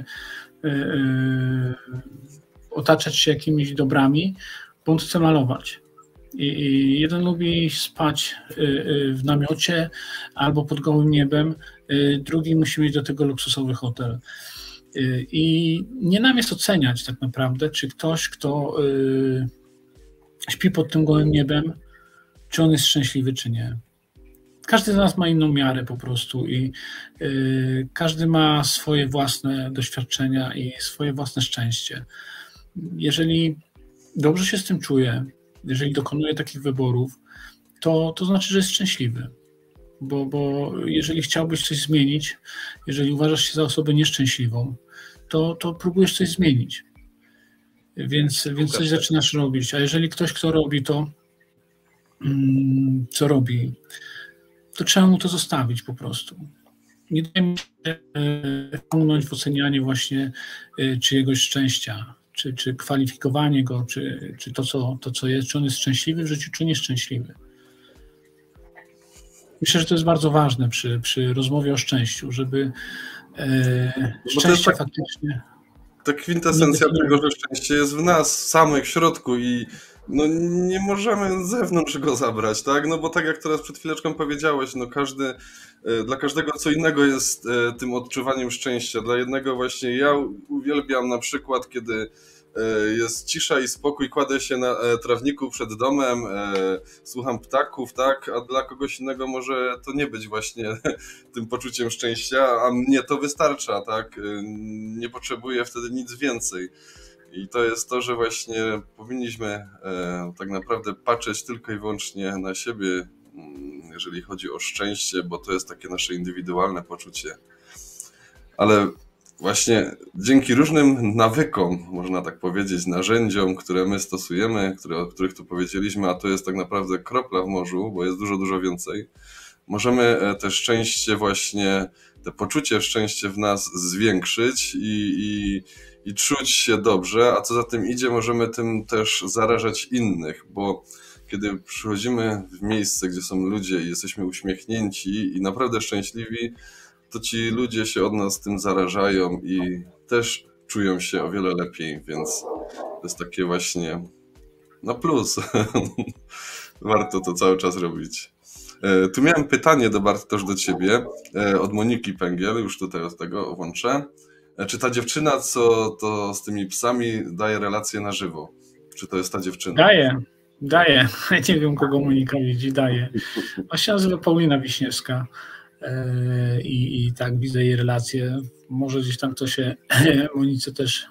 otaczać się jakimiś dobrami, bo on chce malować. I jeden lubi spać w namiocie albo pod gołym niebem, drugi musi mieć do tego luksusowy hotel. I nie nam jest oceniać tak naprawdę, czy ktoś, kto śpi pod tym gołym niebem, czy on jest szczęśliwy, czy nie. Każdy z nas ma inną miarę po prostu i każdy ma swoje własne doświadczenia i swoje własne szczęście. Jeżeli dobrze się z tym czuje, jeżeli dokonuje takich wyborów, to znaczy, że jest szczęśliwy. Bo jeżeli chciałbyś coś zmienić, jeżeli uważasz się za osobę nieszczęśliwą, to próbujesz coś zmienić. Więc coś zaczynasz robić. A jeżeli ktoś, kto robi to, co robi, to trzeba mu to zostawić po prostu. Nie dajmy się wciągnąć w ocenianie właśnie czyjegoś szczęścia, czy kwalifikowanie go, czy to, co jest, czy on jest szczęśliwy w życiu, czy nieszczęśliwy. Myślę, że to jest bardzo ważne przy rozmowie o szczęściu, żeby szczęście faktycznie... Ta kwintesencja tego, że szczęście jest w nas samych, w środku i no nie możemy z zewnątrz go zabrać, tak? No bo tak jak teraz przed chwileczką powiedziałeś, no dla każdego co innego jest tym odczuwaniem szczęścia. Dla jednego właśnie ja uwielbiam na przykład, kiedy jest cisza i spokój, kładę się na trawniku przed domem, słucham ptaków, tak? A dla kogoś innego może to nie być właśnie tym poczuciem szczęścia, a mnie to wystarcza, tak? Nie potrzebuję wtedy nic więcej. I to jest to, że właśnie powinniśmy tak naprawdę patrzeć tylko i wyłącznie na siebie, jeżeli chodzi o szczęście, bo to jest takie nasze indywidualne poczucie. Ale właśnie dzięki różnym nawykom, można tak powiedzieć, narzędziom, które my stosujemy, o których tu powiedzieliśmy, a to jest tak naprawdę kropla w morzu, bo jest dużo, dużo więcej, możemy te szczęście właśnie, te poczucie szczęścia w nas zwiększyć i czuć się dobrze, a co za tym idzie, możemy tym też zarażać innych, bo kiedy przychodzimy w miejsce, gdzie są ludzie i jesteśmy uśmiechnięci i naprawdę szczęśliwi, to ci ludzie się od nas tym zarażają i też czują się o wiele lepiej, więc to jest takie właśnie no plus. Warto to cały czas robić. Tu miałem pytanie też do ciebie od Moniki Pęgiel, już tutaj od tego włączę. Czy ta dziewczyna, co to z tymi psami daje relacje na żywo? Czy to jest ta dziewczyna? Daje. Nie wiem, kogo Monika widzi, daje. Ona się nazywa Paulina Wiśniewska i tak widzę jej relacje. Może gdzieś tam to się Monice też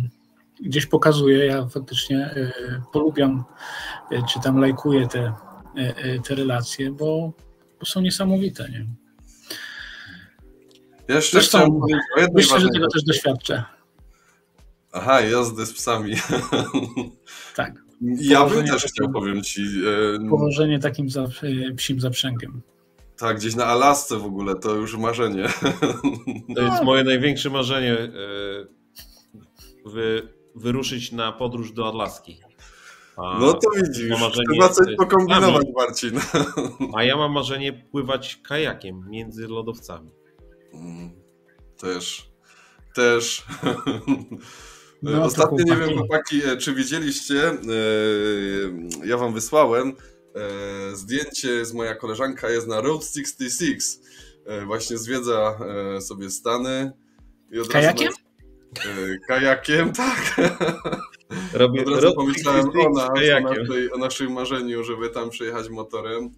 gdzieś pokazuje. Ja faktycznie polubiam, czy tam lajkuję te te relacje, bo są niesamowite. Nie? Ja jeszcze chciałem powiedzieć o jednej myślę, że tego też doświadczę. Aha, jazdy z psami. Tak. Ja bym też chciał, powiem ci. Położenie takim psim zaprzęgiem. Tak, gdzieś na Alasce w ogóle, to już marzenie. To jest moje największe marzenie, wyruszyć na podróż do Alaski. No to widzisz, trzeba coś pokombinować, Marcin. A ja mam marzenie pływać kajakiem między lodowcami. Też. No, ostatnio nie wiem, chłopaki, czy widzieliście, ja wam wysłałem zdjęcie z moja koleżanka jest na Route 66, właśnie zwiedza sobie Stany. I od kajakiem? Kajakiem, tak. Od razu pomyślałem o naszym marzeniu, żeby tam przyjechać motorem.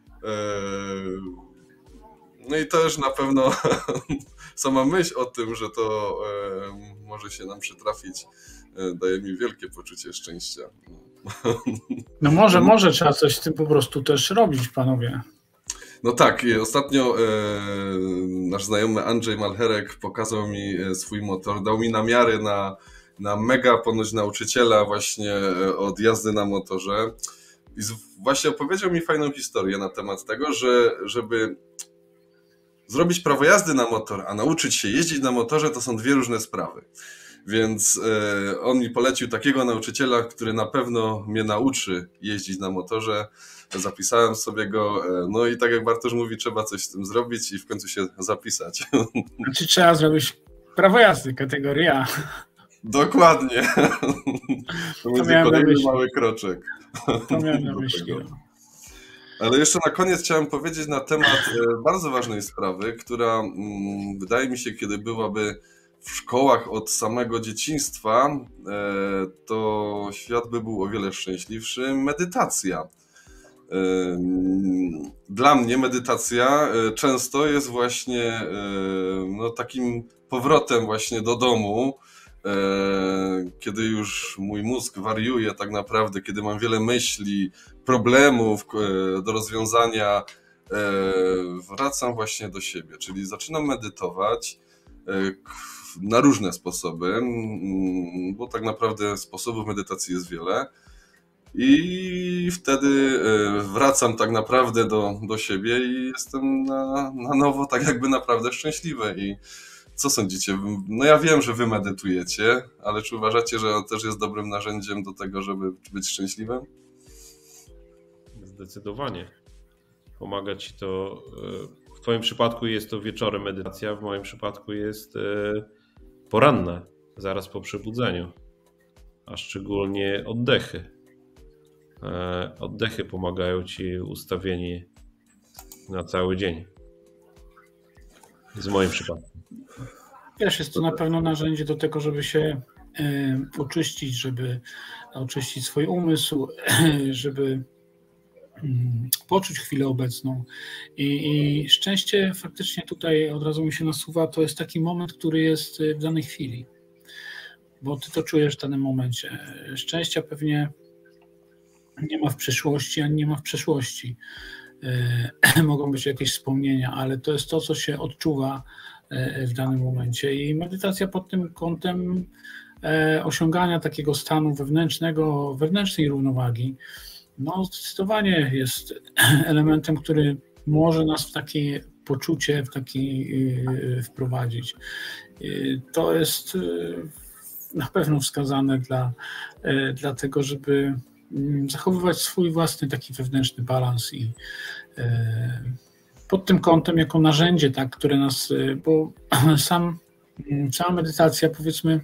No i też na pewno sama myśl o tym, że to może się nam przytrafić, daje mi wielkie poczucie szczęścia. No może trzeba coś z tym po prostu też robić, panowie. No tak, ostatnio nasz znajomy Andrzej Malcherek pokazał mi swój motor, dał mi namiary na mega ponoć nauczyciela właśnie od jazdy na motorze i właśnie opowiedział mi fajną historię na temat tego, że żeby zrobić prawo jazdy na motor, a nauczyć się jeździć na motorze, to są dwie różne sprawy. Więc on mi polecił takiego nauczyciela, który na pewno mnie nauczy jeździć na motorze. Zapisałem sobie go, no i tak jak Bartosz mówi, trzeba coś z tym zrobić i w końcu się zapisać. Znaczy trzeba zrobić prawo jazdy, kategoria. Dokładnie. To będzie kolejny mały kroczek. To miałem na myśli. Ale jeszcze na koniec chciałem powiedzieć na temat bardzo ważnej sprawy, która wydaje mi się, kiedy byłaby w szkołach od samego dzieciństwa, to świat by był o wiele szczęśliwszy. Medytacja. Dla mnie medytacja często jest właśnie takim powrotem właśnie do domu, kiedy już mój mózg wariuje tak naprawdę, kiedy mam wiele myśli, problemów do rozwiązania, wracam właśnie do siebie, czyli zaczynam medytować na różne sposoby, bo tak naprawdę sposobów medytacji jest wiele i wtedy wracam tak naprawdę do siebie i jestem na nowo tak jakby naprawdę szczęśliwy. I co sądzicie? No ja wiem, że wy medytujecie, ale czy uważacie, że też jest dobrym narzędziem do tego, żeby być szczęśliwym? Zdecydowanie. Pomaga ci to. W twoim przypadku jest to wieczorem medytacja, w moim przypadku jest poranna, zaraz po przebudzeniu, a szczególnie oddechy. Oddechy pomagają ci ustawienie na cały dzień. W moim przypadku. Też jest to na pewno narzędzie do tego, żeby się oczyścić, żeby oczyścić swój umysł, żeby poczuć chwilę obecną. I szczęście faktycznie tutaj od razu mi się nasuwa, to jest taki moment, który jest w danej chwili, bo ty to czujesz w danym momencie. Szczęścia pewnie nie ma w przyszłości, ani nie ma w przeszłości. Mogą być jakieś wspomnienia, ale to jest to, co się odczuwa w danym momencie. I medytacja pod tym kątem osiągania takiego stanu wewnętrznej równowagi, no zdecydowanie jest elementem, który może nas w takie poczucie, w taki wprowadzić. To jest na pewno wskazane dla tego, żeby zachowywać swój własny taki wewnętrzny balans i pod tym kątem jako narzędzie, tak, które nas, bo sama medytacja, powiedzmy,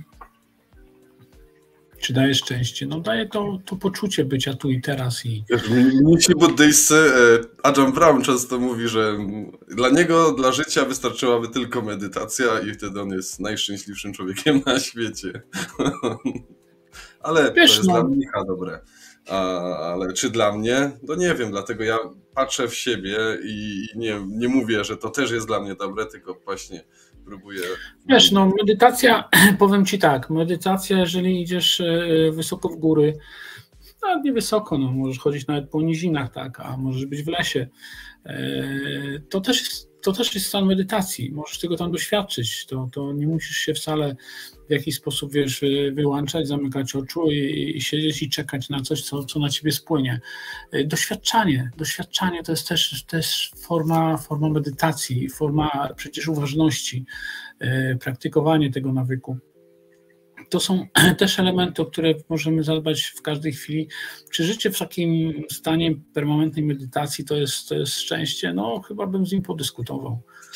czy daje szczęście? No daje to poczucie bycia tu i teraz. Mnisi buddyjscy Ajahn Brahm często mówi, że dla niego, dla życia wystarczyłaby tylko medytacja i wtedy on jest najszczęśliwszym człowiekiem na świecie. Ale wiesz, to jest dla mnicha dobre. Ale czy dla mnie? No nie wiem, dlatego ja patrzę w siebie i nie mówię, że to też jest dla mnie dobre, tylko właśnie próbuję... Wiesz, no medytacja, powiem ci tak, medytacja, jeżeli idziesz wysoko w góry, nawet niewysoko, no, możesz chodzić nawet po nizinach, tak, a możesz być w lesie. To też jest stan medytacji, możesz tego tam doświadczyć, to nie musisz się wcale w jakiś sposób, wiesz, wyłączać, zamykać oczu i siedzieć i czekać na coś, co na ciebie spłynie. Doświadczanie to jest też forma medytacji, forma przecież uważności, praktykowanie tego nawyku. To są też elementy, o które możemy zadbać w każdej chwili. Czy życie w takim stanie permanentnej medytacji to jest szczęście? No chyba bym z nim podyskutował.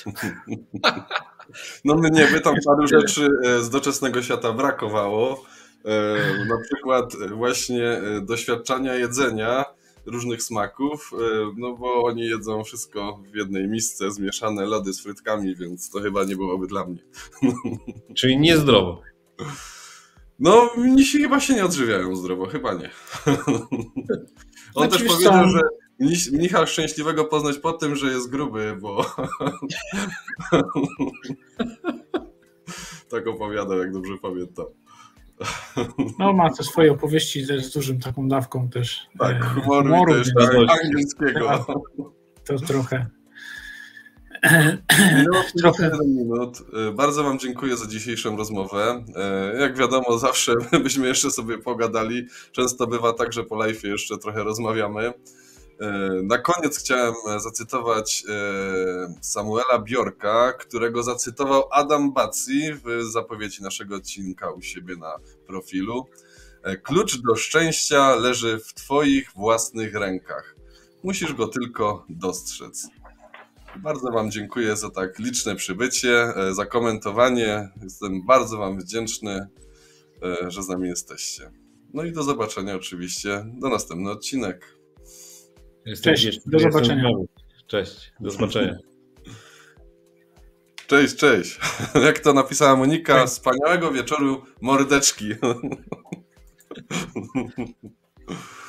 No mnie by tam paru rzeczy z doczesnego świata brakowało. Na przykład właśnie doświadczania jedzenia różnych smaków, no bo oni jedzą wszystko w jednej misce, zmieszane lody z frytkami, więc to chyba nie byłoby dla mnie. Czyli niezdrowo. No, mnisi chyba się nie odżywiają zdrowo, chyba nie. On też powiedział, że mnicha szczęśliwego poznać po tym, że jest gruby, bo tak opowiadał, jak dobrze pamiętam. No ma te swoje opowieści też z dużą taką dawką też. Tak, humoru też tak, angielskiego. To trochę. Trochę minut. Bardzo wam dziękuję za dzisiejszą rozmowę. Jak wiadomo, zawsze byśmy jeszcze sobie pogadali. Często bywa tak, że po live'ie jeszcze trochę rozmawiamy. Na koniec chciałem zacytować Samuela Bjorka, którego zacytował Adam Baci w zapowiedzi naszego odcinka u siebie na profilu. Klucz do szczęścia leży w twoich własnych rękach. Musisz go tylko dostrzec. Bardzo wam dziękuję za tak liczne przybycie, za komentowanie. Jestem bardzo wam wdzięczny, że z nami jesteście. No i do zobaczenia oczywiście. Do następny odcinek. Cześć, do zobaczenia. Cześć, do zobaczenia. Cześć. Jak to napisała Monika, wspaniałego wieczoru mordeczki.